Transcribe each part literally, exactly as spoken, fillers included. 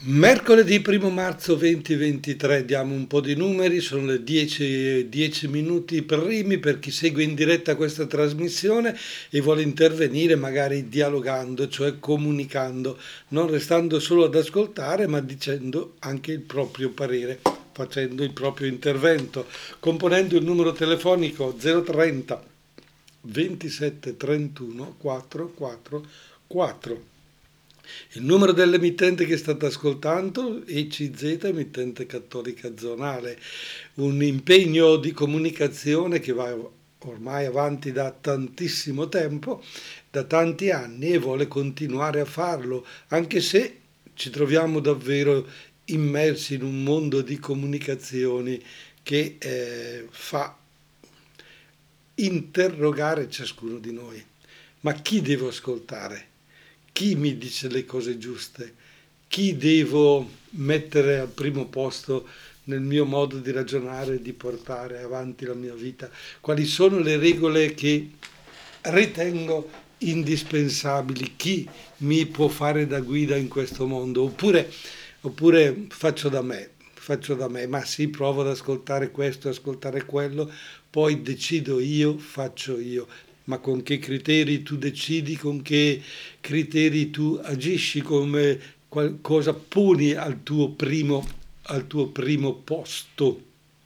Mercoledì primo marzo duemilaventitré, diamo un po' di numeri, sono le dieci, dieci minuti primi per chi segue in diretta questa trasmissione e vuole intervenire magari dialogando, cioè comunicando, non restando solo ad ascoltare ma dicendo anche il proprio parere, facendo il proprio intervento, componendo il numero telefonico zero trenta ventisette trentuno quattrocentoquarantaquattro. Il numero dell'emittente che state ascoltando, E C Z, emittente cattolica zonale, un impegno di comunicazione che va ormai avanti da tantissimo tempo, da tanti anni e vuole continuare a farlo, anche se ci troviamo davvero immersi in un mondo di comunicazioni che eh, fa interrogare ciascuno di noi. Ma chi devo ascoltare? Chi mi dice le cose giuste? Chi devo mettere al primo posto nel mio modo di ragionare e di portare avanti la mia vita? Quali sono le regole che ritengo indispensabili? Chi mi può fare da guida in questo mondo? Oppure, oppure faccio da me, faccio da me, ma sì, provo ad ascoltare questo, ascoltare quello, poi decido io, faccio io. Ma con che criteri tu decidi, con che criteri tu agisci, come cosa poni al tuo primo, al tuo primo posto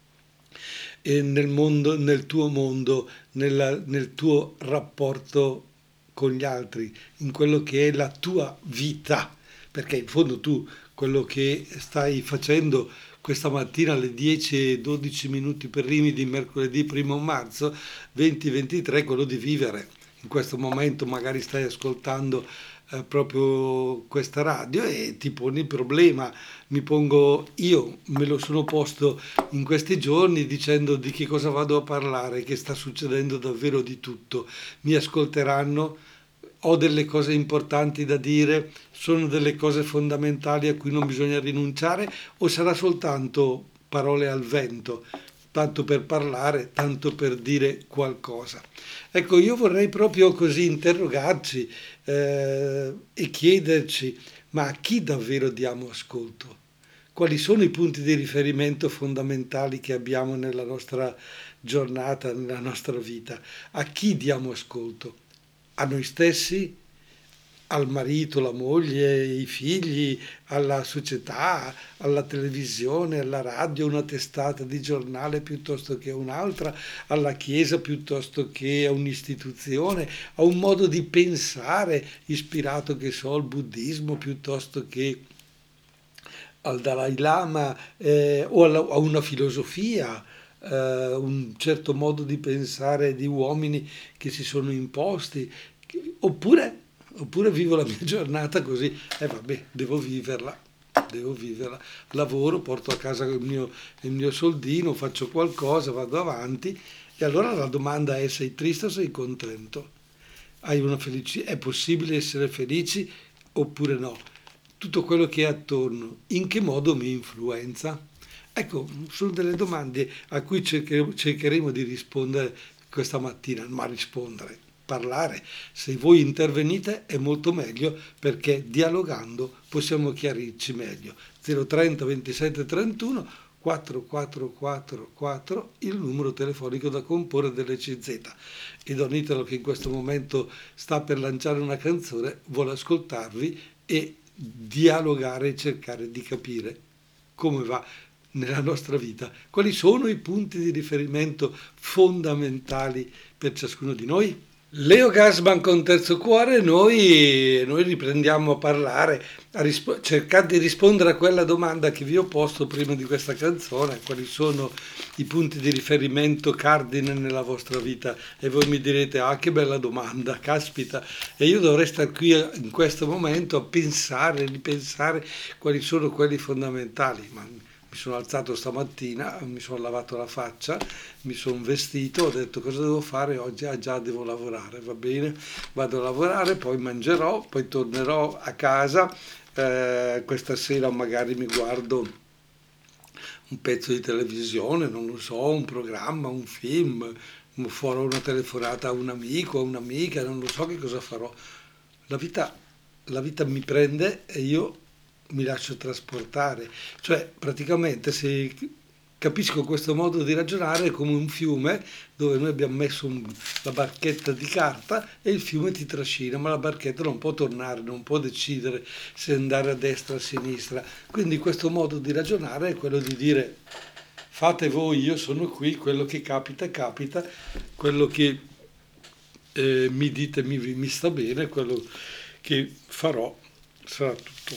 e nel mondo, nel tuo mondo, nella, nel tuo rapporto con gli altri, in quello che è la tua vita, perché in fondo tu quello che stai facendo questa mattina alle dieci e dodici minuti primi di mercoledì primo marzo duemilaventitré, quello di vivere. In questo momento magari stai ascoltando eh, proprio questa radio e ti poni il problema. Mi pongo, io me lo sono posto in questi giorni dicendo di che cosa vado a parlare, che sta succedendo davvero di tutto. Mi ascolteranno? Ho delle cose importanti da dire, sono delle cose fondamentali a cui non bisogna rinunciare o sarà soltanto parole al vento, tanto per parlare, tanto per dire qualcosa. Ecco, io vorrei proprio così interrogarci eh, e chiederci, ma a chi davvero diamo ascolto? Quali sono i punti di riferimento fondamentali che abbiamo nella nostra giornata, nella nostra vita? A chi diamo ascolto? A noi stessi, al marito, la moglie, i figli, alla società, alla televisione, alla radio, una testata di giornale piuttosto che un'altra, alla chiesa piuttosto che a un'istituzione, a un modo di pensare ispirato, che so, al buddismo piuttosto che al Dalai Lama eh, o alla, a una filosofia, eh, un certo modo di pensare di uomini che si sono imposti, oppure, oppure vivo la mia giornata così, e eh, vabbè, devo viverla, devo viverla, lavoro, porto a casa il mio, il mio soldino, faccio qualcosa, vado avanti, e allora la domanda è: sei triste o sei contento? Hai una felicità? È possibile essere felici oppure no? Tutto quello che è attorno, in che modo mi influenza? Ecco, sono delle domande a cui cercheremo, cercheremo di rispondere questa mattina, ma rispondere, parlare. Se voi intervenite è molto meglio, perché dialogando possiamo chiarirci meglio. zero trenta ventisette trentuno quattrocentoquarantaquattro, il numero telefonico da comporre dell'E C Z. E Don Italo, che in questo momento sta per lanciare una canzone, vuole ascoltarvi e dialogare e cercare di capire come va nella nostra vita, quali sono i punti di riferimento fondamentali per ciascuno di noi. Leo Gasman con Terzo Cuore, noi, noi riprendiamo a parlare, a rispo- cercare di rispondere a quella domanda che vi ho posto prima di questa canzone: quali sono i punti di riferimento cardine nella vostra vita? E voi mi direte: ah, che bella domanda, caspita, e io dovrei stare qui in questo momento a pensare, ripensare quali sono quelli fondamentali. Ma mi sono alzato stamattina, mi sono lavato la faccia, mi sono vestito, ho detto cosa devo fare oggi? Ah già, devo lavorare, va bene, vado a lavorare, poi mangerò, poi tornerò a casa, eh, questa sera magari mi guardo un pezzo di televisione, non lo so, un programma, un film, farò una telefonata a un amico, a un'amica, non lo so che cosa farò. La vita, la vita mi prende e io mi lascio trasportare. Cioè, praticamente, se capisco questo modo di ragionare come un fiume dove noi abbiamo messo un- la barchetta di carta e il fiume ti trascina, ma la barchetta non può tornare, non può decidere se andare a destra o a sinistra. Quindi questo modo di ragionare è quello di dire fate voi, io sono qui, quello che capita capita, quello che eh, mi dite mi, mi sta bene, quello che farò sarà tutto,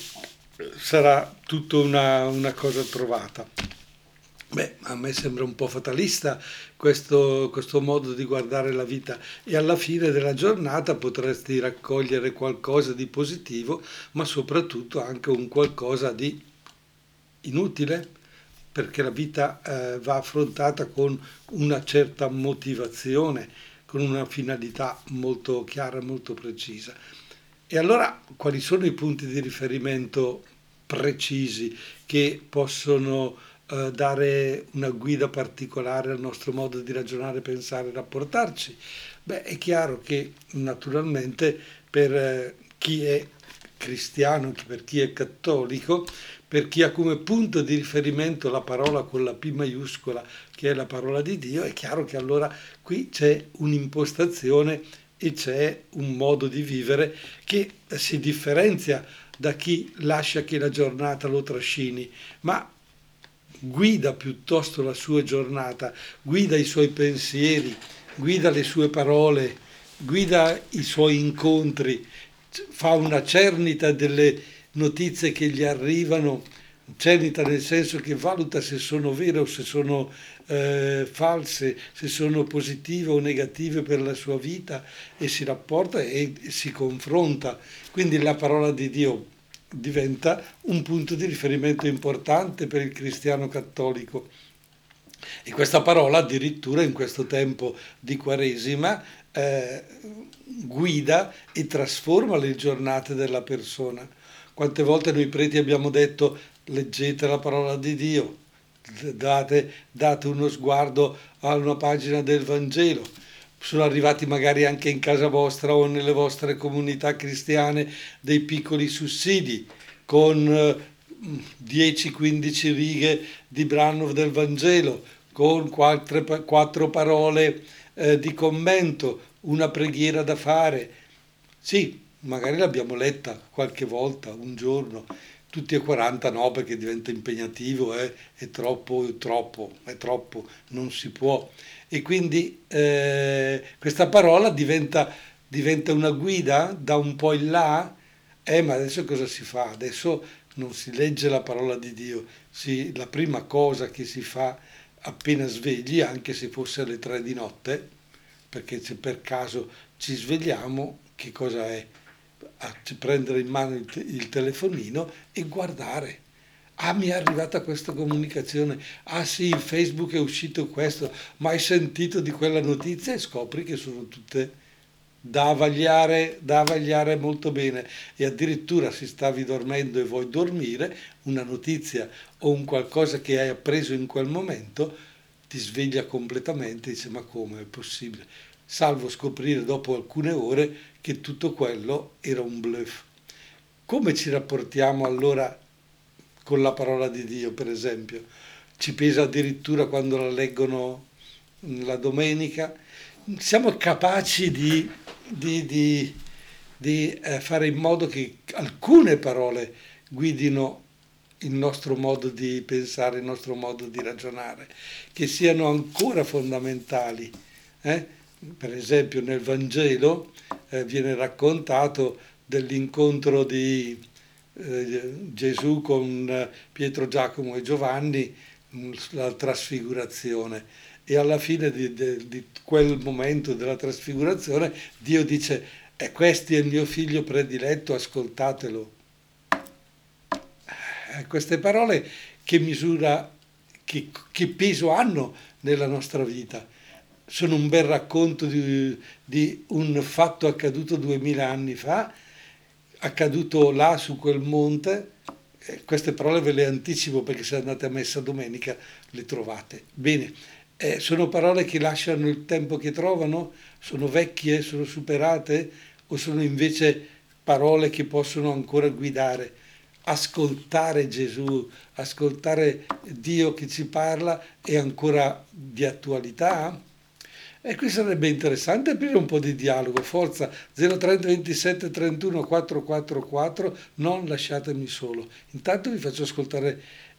sarà tutto una, una cosa trovata. Beh, a me sembra un po' fatalista questo, questo modo di guardare la vita e alla fine della giornata potresti raccogliere qualcosa di positivo, ma soprattutto anche un qualcosa di inutile, perché la vita eh, va affrontata con una certa motivazione, con una finalità molto chiara e molto precisa. E allora quali sono i punti di riferimento precisi che possono eh, dare una guida particolare al nostro modo di ragionare, pensare e rapportarci? Beh, è chiaro che naturalmente per eh, chi è cristiano, per chi è cattolico, per chi ha come punto di riferimento la parola con la P maiuscola, che è la parola di Dio, è chiaro che allora qui c'è un'impostazione e c'è un modo di vivere che si differenzia da chi lascia che la giornata lo trascini, ma guida piuttosto la sua giornata, guida i suoi pensieri, guida le sue parole, guida i suoi incontri, fa una cernita delle notizie che gli arrivano, cernita nel senso che valuta se sono vere o se sono eh, false, se sono positive o negative per la sua vita e si rapporta e, e si confronta. Quindi la parola di Dio diventa un punto di riferimento importante per il cristiano cattolico. E questa parola addirittura in questo tempo di Quaresima eh, guida e trasforma le giornate della persona. Quante volte noi preti abbiamo detto leggete la parola di Dio, date, date uno sguardo a una pagina del Vangelo. Sono arrivati magari anche in casa vostra o nelle vostre comunità cristiane dei piccoli sussidi con eh, dieci quindici righe di brano del Vangelo, con quattro, quattro parole eh, di commento, una preghiera da fare. Sì, magari l'abbiamo letta qualche volta, un giorno, tutti e quaranta no, perché diventa impegnativo, eh, è troppo, è troppo, è troppo, non si può. E quindi eh, questa parola diventa, diventa una guida da un po' in là, eh, ma adesso cosa si fa? Adesso non si legge la parola di Dio, si, la prima cosa che si fa appena svegli, anche se fosse alle tre di notte, perché se per caso ci svegliamo, che cosa è? A prendere in mano il, te- il telefonino e guardare. Ah, mi è arrivata questa comunicazione. Ah sì, in Facebook è uscito questo, ma hai sentito di quella notizia e scopri che sono tutte da avagliare, da avagliare molto bene. E addirittura se stavi dormendo e vuoi dormire, una notizia o un qualcosa che hai appreso in quel momento ti sveglia completamente e dice ma come è possibile? Salvo scoprire dopo alcune ore che tutto quello era un bluff. Come ci rapportiamo allora con la parola di Dio, per esempio? Ci pesa addirittura quando la leggono la domenica? Siamo capaci di, di, di, di eh, fare in modo che alcune parole guidino il nostro modo di pensare, il nostro modo di ragionare, che siano ancora fondamentali. eh? Per esempio nel Vangelo eh, viene raccontato dell'incontro di eh, Gesù con eh, Pietro, Giacomo e Giovanni, mh, la trasfigurazione. E alla fine di, di- di quel momento della trasfigurazione Dio dice, e questo è il mio figlio prediletto, ascoltatelo. Eh, queste parole che misura, che, che peso hanno nella nostra vita? Sono un bel racconto di, di un fatto accaduto duemila anni fa, accaduto là su quel monte. Eh, queste parole ve le anticipo perché se andate a messa domenica le trovate. Bene, eh, sono parole che lasciano il tempo che trovano? Sono vecchie, sono superate o sono invece parole che possono ancora guidare? ascoltare Gesù, ascoltare Dio che ci parla è ancora di attualità? E qui sarebbe interessante aprire un po' di dialogo. Forza zero trenta ventisette trentuno quattrocentoquarantaquattro, non lasciatemi solo. Intanto vi faccio ascoltare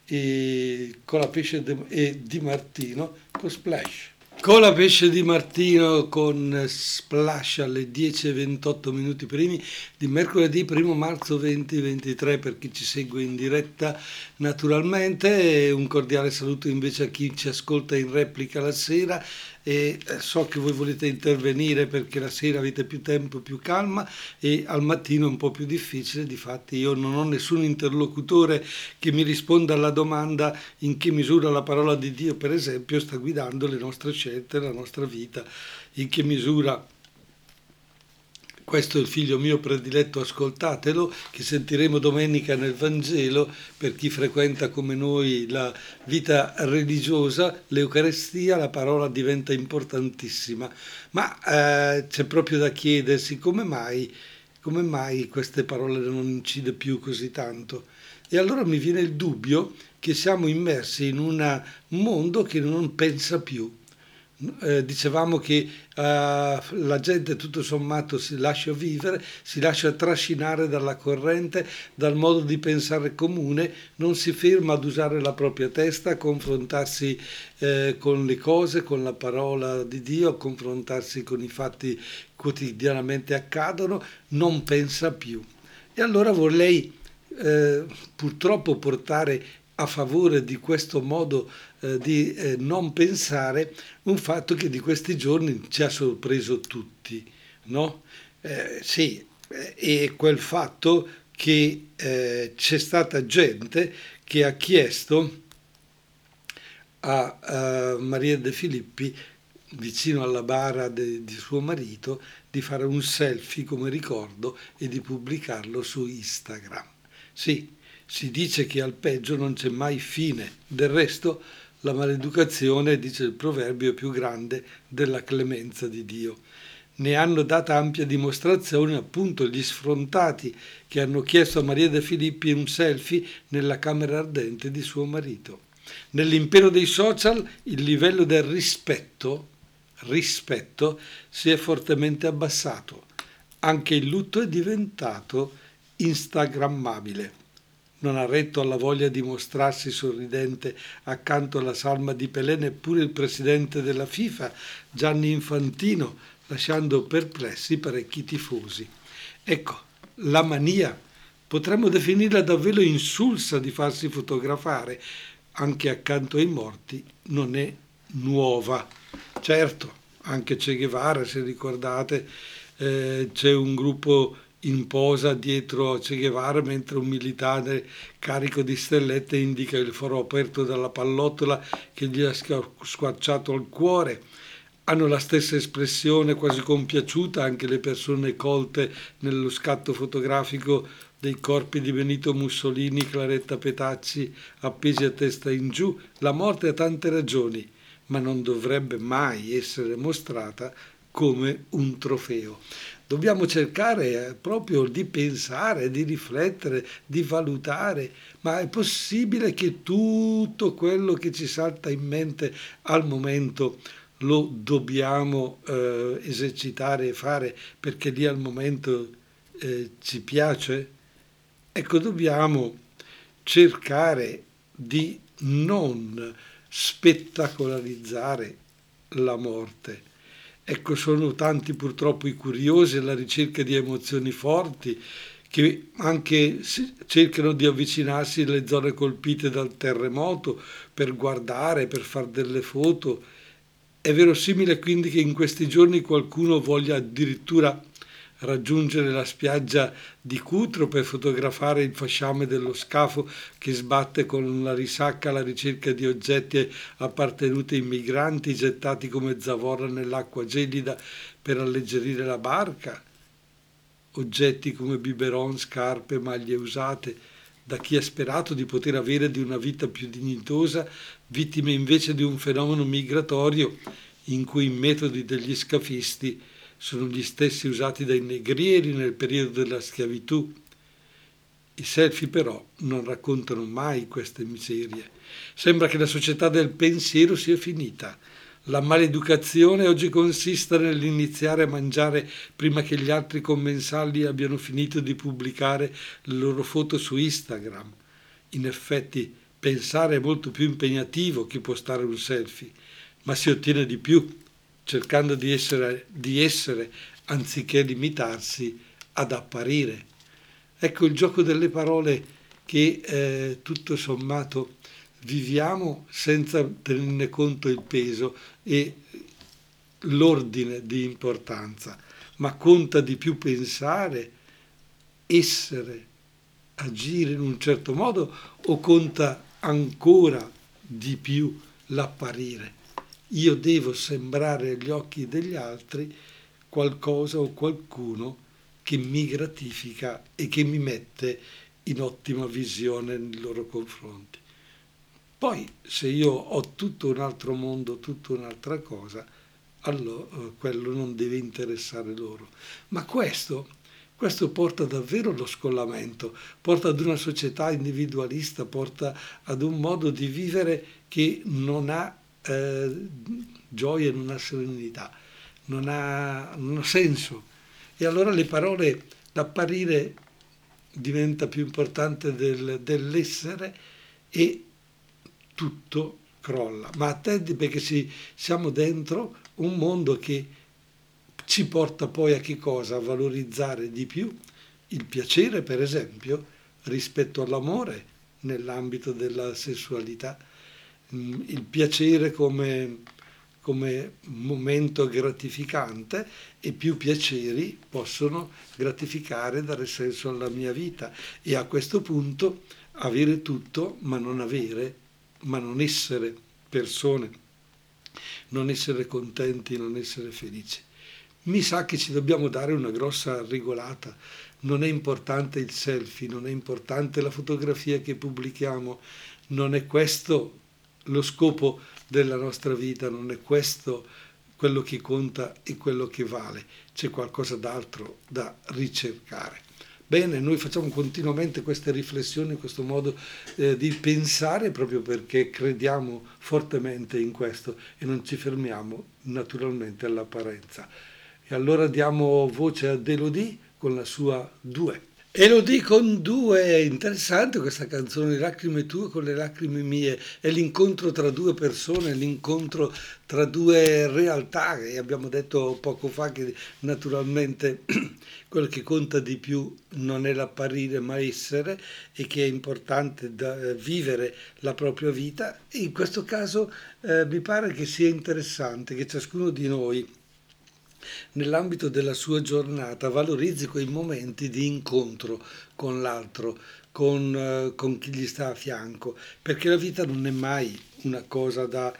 eh, Colapesce de- e Di Martino con Splash. Colapesce Di Martino con Splash alle dieci e ventotto minuti primi di mercoledì primo marzo duemilaventitré, per chi ci segue in diretta naturalmente. Un cordiale saluto invece a chi ci ascolta in replica la sera, e so che voi volete intervenire perché la sera avete più tempo, più calma, e al mattino è un po' più difficile. Difatti io non ho nessun interlocutore che mi risponda alla domanda in che misura la parola di Dio, per esempio, sta guidando le nostre scelte, la nostra vita, in che misura questo è il figlio mio prediletto, ascoltatelo, che sentiremo domenica nel Vangelo. Per chi frequenta come noi la vita religiosa, l'Eucarestia, la parola diventa importantissima. Ma eh, c'è proprio da chiedersi come mai, come mai queste parole non incide più così tanto. E allora mi viene il dubbio che siamo immersi in un mondo che non pensa più. Eh, dicevamo che eh, la gente tutto sommato si lascia vivere, si lascia trascinare dalla corrente, dal modo di pensare comune, non si ferma ad usare la propria testa, a confrontarsi eh, con le cose, con la parola di Dio, a confrontarsi con i fatti quotidianamente accadono, non pensa più. E allora vorrei eh, purtroppo portare a favore di questo modo eh, di eh, non pensare un fatto che di questi giorni ci ha sorpreso tutti, no? Eh, sì, eh, e quel fatto che eh, c'è stata gente che ha chiesto a, a Maria De Filippi, vicino alla bara de, di suo marito, di fare un selfie come ricordo e di pubblicarlo su Instagram. Sì, si dice che al peggio non c'è mai fine. Del resto, la maleducazione, dice il proverbio, è più grande della clemenza di Dio. Ne hanno data ampia dimostrazione appunto gli sfrontati che hanno chiesto a Maria De Filippi un selfie nella camera ardente di suo marito. Nell'impero dei social il livello del rispetto, rispetto si è fortemente abbassato. Anche il lutto è diventato instagrammabile. Non ha retto alla voglia di mostrarsi sorridente accanto alla salma di Pelé neppure il presidente della FIFA, Gianni Infantino, lasciando perplessi parecchi tifosi. Ecco, la mania, potremmo definirla davvero insulsa di farsi fotografare, anche accanto ai morti, non è nuova. Certo, anche Che Guevara, se ricordate, eh, c'è un gruppo in posa dietro a Che Guevara mentre un militare carico di stellette indica il foro aperto dalla pallottola che gli ha squarciato il cuore. Hanno la stessa espressione quasi compiaciuta anche le persone colte nello scatto fotografico dei corpi di Benito Mussolini, Claretta Petacci appesi a testa in giù. La morte ha tante ragioni, ma non dovrebbe mai essere mostrata come un trofeo. Dobbiamo cercare proprio di pensare, di riflettere, di valutare, ma è possibile che tutto quello che ci salta in mente al momento lo dobbiamo eh, esercitare e fare perché lì al momento eh, ci piace? Ecco, dobbiamo cercare di non spettacolarizzare la morte. Ecco, sono tanti purtroppo i curiosi alla ricerca di emozioni forti che anche cercano di avvicinarsi alle zone colpite dal terremoto per guardare, per fare delle foto. È verosimile quindi che in questi giorni qualcuno voglia addirittura raggiungere la spiaggia di Cutro per fotografare il fasciame dello scafo che sbatte con la risacca alla ricerca di oggetti appartenuti ai migranti gettati come zavorra nell'acqua gelida per alleggerire la barca, oggetti come biberon, scarpe, maglie usate da chi ha sperato di poter avere di una vita più dignitosa, vittime invece di un fenomeno migratorio in cui i metodi degli scafisti sono gli stessi usati dai negrieri nel periodo della schiavitù. I selfie però non raccontano mai queste miserie. Sembra che la società del pensiero sia finita. La maleducazione oggi consiste nell'iniziare a mangiare prima che gli altri commensali abbiano finito di pubblicare le loro foto su Instagram. In effetti, pensare è molto più impegnativo che postare un selfie, ma si ottiene di più, cercando di essere, di essere anziché limitarsi ad apparire. Ecco il gioco delle parole che eh, tutto sommato viviamo senza tenerne conto il peso e l'ordine di importanza, ma conta di più pensare, essere, agire in un certo modo o conta ancora di più l'apparire. Io devo sembrare agli occhi degli altri qualcosa o qualcuno che mi gratifica e che mi mette in ottima visione nei loro confronti. Poi, se io ho tutto un altro mondo, tutta un'altra cosa, allora eh, quello non deve interessare loro. Ma questo, questo porta davvero allo scollamento, porta ad una società individualista, porta ad un modo di vivere che non ha eh, gioia, non ha serenità, non ha, non ha senso. E allora le parole, l'apparire diventa più importante del, dell'essere e tutto crolla. Ma attenti perché si, siamo dentro un mondo che ci porta poi a che cosa? A valorizzare di più il piacere, per esempio, rispetto all'amore nell'ambito della sessualità. Mm, Il piacere come, come momento gratificante e più piaceri possono gratificare, dare senso alla mia vita e a questo punto avere tutto ma non avere, ma non essere persone, non essere contenti, non essere felici. Mi sa che ci dobbiamo dare una grossa regolata. Non è importante il selfie, non è importante la fotografia che pubblichiamo, non è questo lo scopo della nostra vita, non è questo quello che conta e quello che vale. C'è qualcosa d'altro da ricercare. Bene, noi facciamo continuamente queste riflessioni, questo modo eh, di pensare proprio perché crediamo fortemente in questo e non ci fermiamo naturalmente all'apparenza. E allora diamo voce ad Elodie con la sua Due. Elodie con Due, è interessante questa canzone, Le lacrime tue con le lacrime mie, è l'incontro tra due persone, è l'incontro tra due realtà e abbiamo detto poco fa che naturalmente quello che conta di più non è l'apparire ma essere e che è importante da, eh, vivere la propria vita e in questo caso eh, mi pare che sia interessante che ciascuno di noi nell'ambito della sua giornata valorizzi quei momenti di incontro con l'altro, con, eh, con chi gli sta a fianco, perché la vita non è mai una cosa da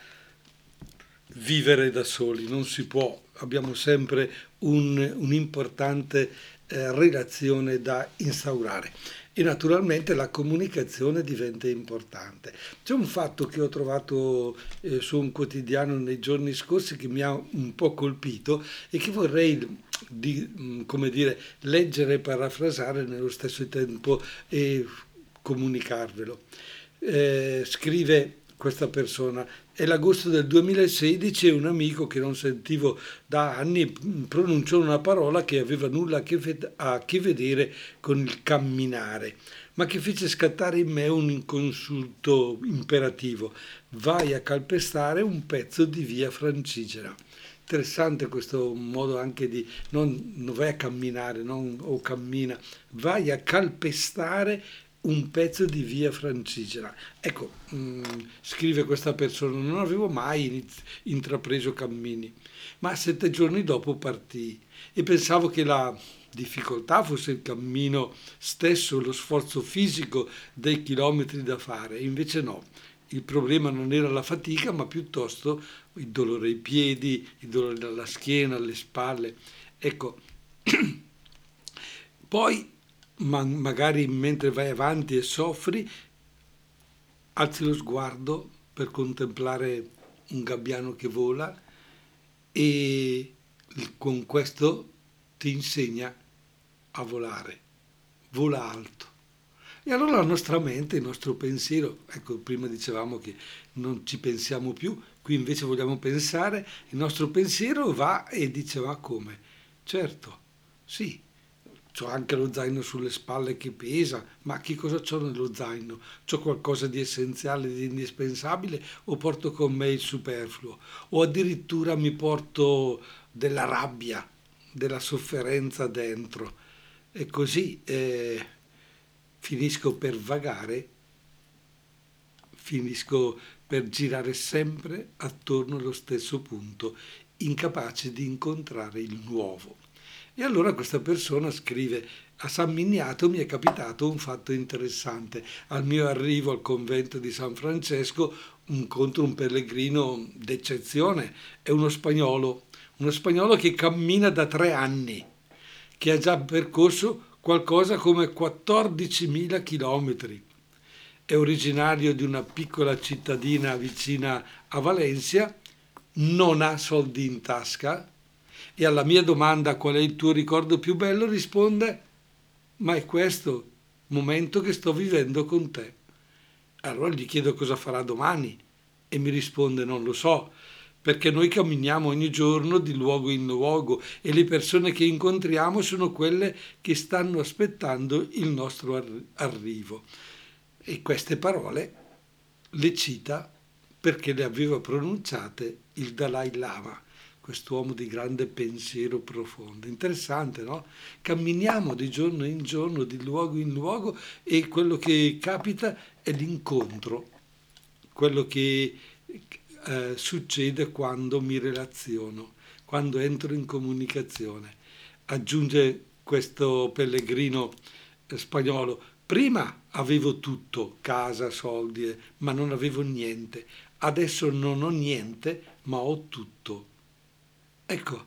vivere da soli, non si può, abbiamo sempre un, un'importante eh, relazione da instaurare e naturalmente la comunicazione diventa importante. C'è un fatto che ho trovato eh, su un quotidiano nei giorni scorsi che mi ha un po' colpito e che vorrei di, mh, come dire, leggere e parafrasare nello stesso tempo e comunicarvelo. Eh, scrive questa persona, è l'agosto del duemilasedici e un amico che non sentivo da anni pronunciò una parola che aveva nulla a che, ved- a che vedere con il camminare, ma che fece scattare in me un consulto imperativo. Vai a calpestare un pezzo di via Francigena. Interessante questo modo anche di non, non vai a camminare non, o cammina, vai a calpestare un pezzo di via Francigena. Ecco, mh, scrive questa persona, non avevo mai iniz- intrapreso cammini, ma sette giorni dopo partii e pensavo che la difficoltà fosse il cammino stesso, lo sforzo fisico dei chilometri da fare, invece no. Il problema non era la fatica, ma piuttosto il dolore ai piedi, il dolore alla schiena, alle spalle. Ecco, poi ma magari mentre vai avanti e soffri, alzi lo sguardo per contemplare un gabbiano che vola e con questo ti insegna a volare. Vola alto. E allora la nostra mente, il nostro pensiero, ecco, prima dicevamo che non ci pensiamo più, qui invece vogliamo pensare, il nostro pensiero va e dice: ma come? Certo, sì, c'ho anche lo zaino sulle spalle che pesa, ma che cosa c'ho nello zaino? C'ho qualcosa di essenziale, di indispensabile, o porto con me il superfluo? O addirittura mi porto della rabbia, della sofferenza dentro? E così eh, finisco per vagare, finisco per girare sempre attorno allo stesso punto, incapace di incontrare il nuovo. E allora questa persona scrive: a San Miniato mi è capitato un fatto interessante. Al mio arrivo al convento di San Francesco incontro un pellegrino d'eccezione, è uno spagnolo, uno spagnolo che cammina da tre anni, che ha già percorso qualcosa come quattordicimila chilometri. È originario di una piccola cittadina vicina a Valencia, non ha soldi in tasca e alla mia domanda qual è il tuo ricordo più bello risponde: ma è questo momento che sto vivendo con te. Allora gli chiedo cosa farà domani e mi risponde: non lo so, perché noi camminiamo ogni giorno di luogo in luogo e le persone che incontriamo sono quelle che stanno aspettando il nostro arri- arrivo. E queste parole le cita perché le aveva pronunciate il Dalai Lama, quest'uomo di grande pensiero profondo. Interessante, no? Camminiamo di giorno in giorno, di luogo in luogo, e quello che capita è l'incontro, quello che eh, succede quando mi relaziono, quando entro in comunicazione. Aggiunge questo pellegrino eh, spagnolo: prima avevo tutto, casa, soldi, eh, ma non avevo niente. Adesso non ho niente, ma ho tutto. Ecco,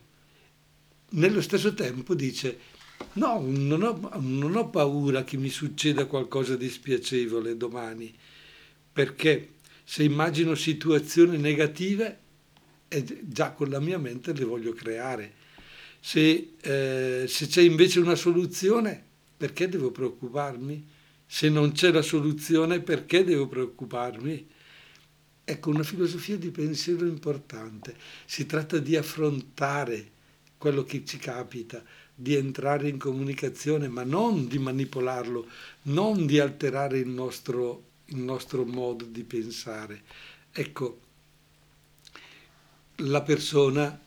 nello stesso tempo dice: no, non ho, non ho paura che mi succeda qualcosa di spiacevole domani, perché se immagino situazioni negative, eh, già con la mia mente le voglio creare. Se, eh, se c'è invece una soluzione, perché devo preoccuparmi? Se non c'è la soluzione, perché devo preoccuparmi? Ecco, una filosofia di pensiero importante. Si tratta di affrontare quello che ci capita, di entrare in comunicazione, ma non di manipolarlo, non di alterare il nostro, il nostro modo di pensare. Ecco, la persona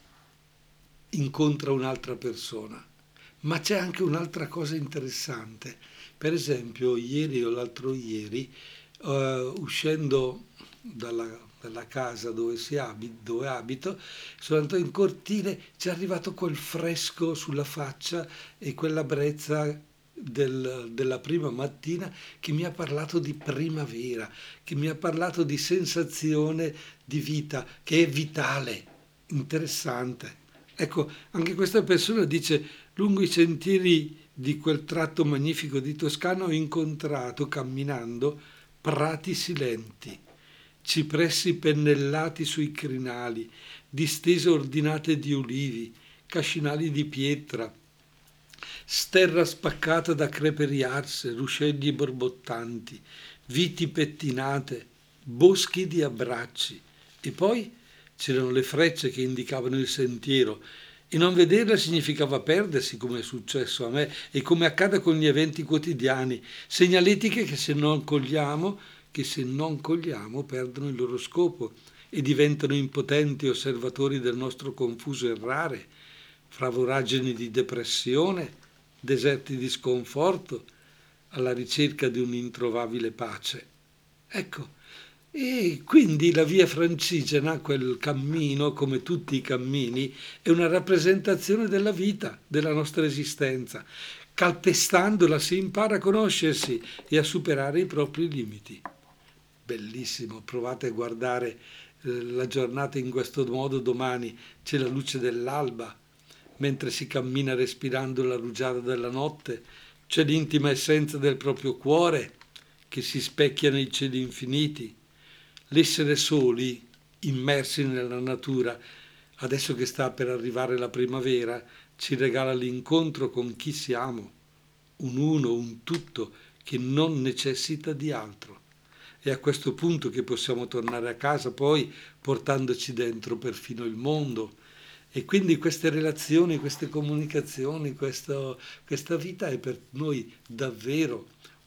incontra un'altra persona, ma c'è anche un'altra cosa interessante. Per esempio, ieri o l'altro ieri, eh, uscendo dalla, dalla casa dove, si abita, dove abito, sono andato in cortile, c'è arrivato quel fresco sulla faccia e quella brezza del- della prima mattina che mi ha parlato di primavera, che mi ha parlato di sensazione di vita, che è vitale, interessante. Ecco, anche questa persona dice: lungo i sentieri di quel tratto magnifico di Toscana ho incontrato, camminando, prati silenti, cipressi pennellati sui crinali, distese ordinate di ulivi, cascinali di pietra, sterra spaccata da crepe riarse, ruscelli borbottanti, viti pettinate, boschi di abbracci. E poi c'erano le frecce che indicavano il sentiero, e non vederle significava perdersi, come è successo a me e come accade con gli eventi quotidiani, segnaletiche che se non cogliamo, che se non cogliamo perdono il loro scopo e diventano impotenti osservatori del nostro confuso errare, fra voragini di depressione, deserti di sconforto, alla ricerca di un'introvabile pace. Ecco, e quindi la via Francigena, quel cammino, come tutti i cammini, è una rappresentazione della vita, della nostra esistenza. Calpestandola si impara a conoscersi e a superare i propri limiti. Bellissimo, provate a guardare eh, la giornata in questo modo domani, c'è la luce dell'alba, mentre si cammina respirando la rugiada della notte, c'è l'intima essenza del proprio cuore che si specchia nei cieli infiniti. L'essere soli, immersi nella natura, adesso che sta per arrivare la primavera, ci regala l'incontro con chi siamo, un uno, un tutto, che non necessita di altro. È a questo punto che possiamo tornare a casa poi portandoci dentro perfino il mondo. E quindi queste relazioni, queste comunicazioni, questo, questa vita è per noi davvero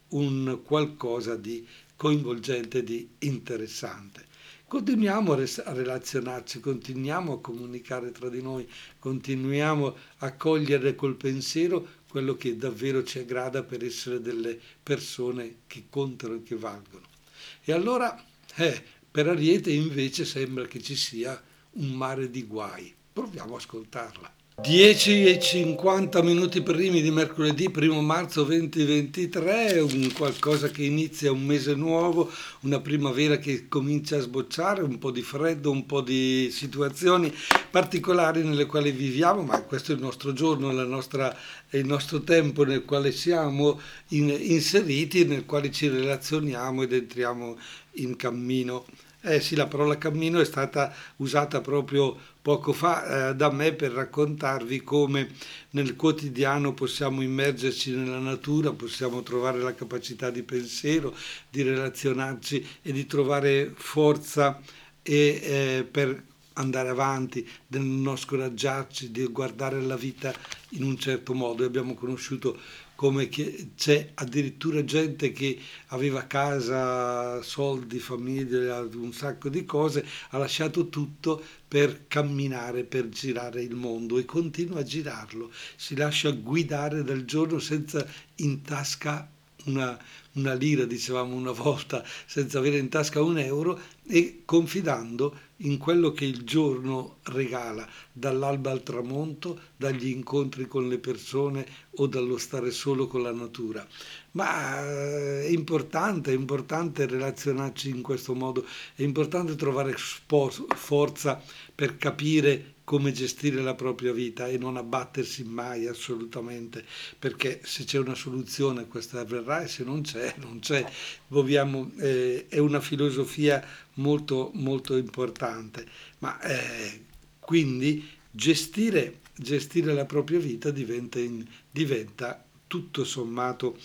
un qualcosa di coinvolgente, di interessante. Continuiamo a, res- a relazionarci, continuiamo a comunicare tra di noi, continuiamo a cogliere col pensiero quello che davvero ci aggrada per essere delle persone che contano e che valgono. E allora, eh, per Ariete invece sembra che ci sia un mare di guai. Proviamo a ascoltarla. dieci e cinquanta minuti primi di mercoledì primo marzo duemilaventitré, un qualcosa che inizia un mese nuovo, una primavera che comincia a sbocciare, un po' di freddo, un po' di situazioni particolari nelle quali viviamo, ma questo è il nostro giorno, la nostra, è il nostro tempo nel quale siamo in, inseriti, nel quale ci relazioniamo ed entriamo in cammino. Eh sì, la parola cammino è stata usata proprio poco fa eh, da me per raccontarvi come nel quotidiano possiamo immergerci nella natura, possiamo trovare la capacità di pensiero, di relazionarci e di trovare forza e, eh, per andare avanti, di non scoraggiarci, di guardare la vita in un certo modo. Abbiamo conosciuto come che c'è addirittura gente che aveva casa, soldi, famiglia, un sacco di cose, ha lasciato tutto per camminare, per girare il mondo e continua a girarlo. Si lascia guidare dal giorno senza in tasca una, una lira, dicevamo una volta, senza avere in tasca un euro e confidando in quello che il giorno regala, dall'alba al tramonto, dagli incontri con le persone o dallo stare solo con la natura. Ma eh, è importante, è importante relazionarci in questo modo, è importante trovare spo- forza per capire come gestire la propria vita e non abbattersi mai assolutamente, perché se c'è una soluzione questa avverrà e se non c'è, non c'è. Vogliamo, eh, è una filosofia molto, molto importante, ma eh, quindi gestire, gestire la propria vita diventa, in- diventa tutto sommato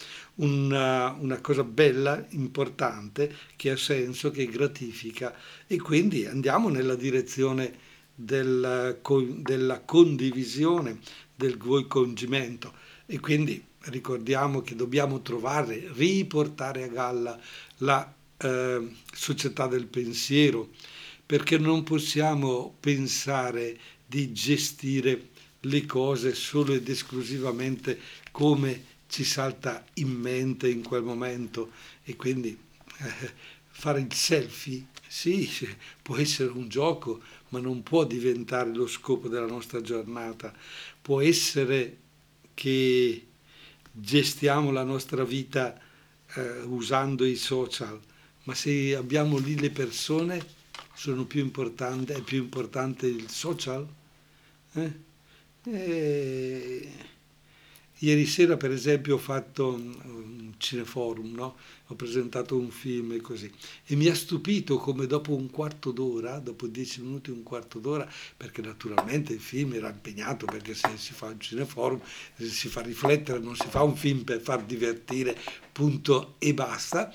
una, una cosa bella, importante, che ha senso, che gratifica e quindi andiamo nella direzione del co- della condivisione, del coinvolgimento e quindi ricordiamo che dobbiamo trovare, riportare a galla la eh, società del pensiero, perché non possiamo pensare di gestire le cose solo ed esclusivamente come ci salta in mente in quel momento e quindi eh, fare il selfie, sì, sì, può essere un gioco, ma non può diventare lo scopo della nostra giornata. Può essere che gestiamo la nostra vita eh, usando i social, ma se abbiamo lì le persone, sono più importante, è più importante il social? Eh? E ieri sera, per esempio, ho fatto un un cineforum, no? Ho presentato un film e così. E mi ha stupito come dopo un quarto d'ora, dopo dieci minuti, un quarto d'ora, perché naturalmente il film era impegnato, perché se si fa un cineforum si fa riflettere, non si fa un film per far divertire, punto e basta.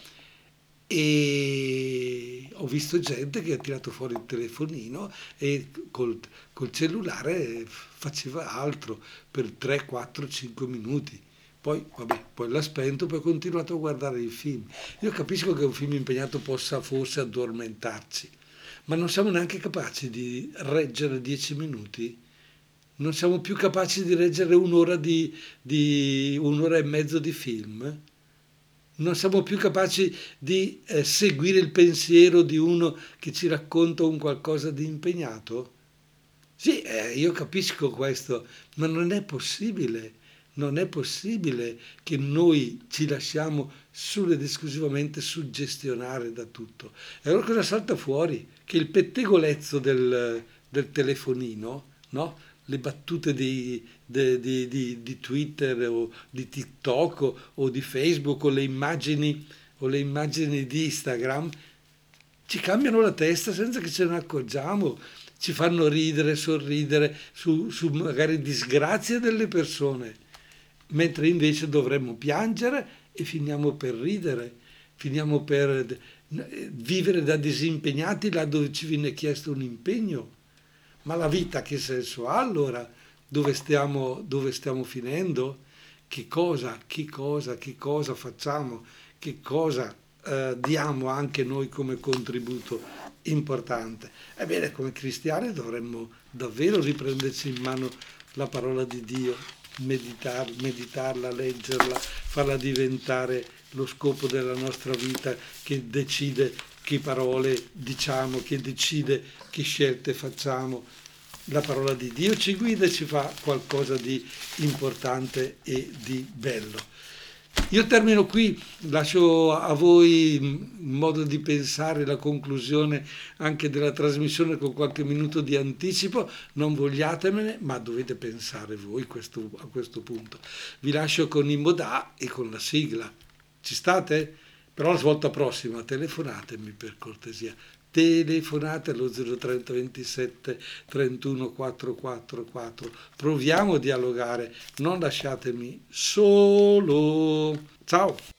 E ho visto gente che ha tirato fuori il telefonino e col, col cellulare faceva altro per tre, quattro, cinque minuti. Poi, vabbè, poi l'ha spento, poi ho continuato a guardare il film. Io capisco che un film impegnato possa forse addormentarci, ma non siamo neanche capaci di reggere dieci minuti. Non siamo più capaci di reggere un'ora di, di un'ora e mezzo di film. Non siamo più capaci di eh, seguire il pensiero di uno che ci racconta un qualcosa di impegnato? Sì, eh, io capisco questo, ma non è possibile, non è possibile che noi ci lasciamo solo ed esclusivamente suggestionare da tutto. E allora cosa salta fuori? Che il pettegolezzo del, del telefonino, no? Le battute di, de- di- di- di Twitter o di TikTok o, o di Facebook o le immagini, o le immagini di Instagram ci cambiano la testa senza che ce ne accorgiamo, ci fanno ridere, sorridere su, su magari disgrazie delle persone, mentre invece dovremmo piangere e finiamo per ridere, finiamo per eh, vivere da disimpegnati là dove ci viene chiesto un impegno. Ma la vita che senso ha allora? Dove stiamo, dove stiamo finendo? Che cosa, che cosa, che cosa facciamo? Che cosa eh, diamo anche noi come contributo importante? Ebbene, come cristiani dovremmo davvero riprenderci in mano la parola di Dio, meditar, meditarla, leggerla, farla diventare lo scopo della nostra vita, che decide che parole diciamo, che decide che scelte facciamo. La parola di Dio ci guida e ci fa qualcosa di importante e di bello. Io termino qui, lascio a voi il modo di pensare la conclusione anche della trasmissione con qualche minuto di anticipo, non vogliatemene, ma dovete pensare voi questo, a questo punto. Vi lascio con i Modà e con la sigla. Ci state? Però la svolta prossima telefonatemi per cortesia. Telefonate allo zero trenta ventisette trentuno quattrocentoquarantaquattro. Proviamo a dialogare, non lasciatemi solo. Ciao!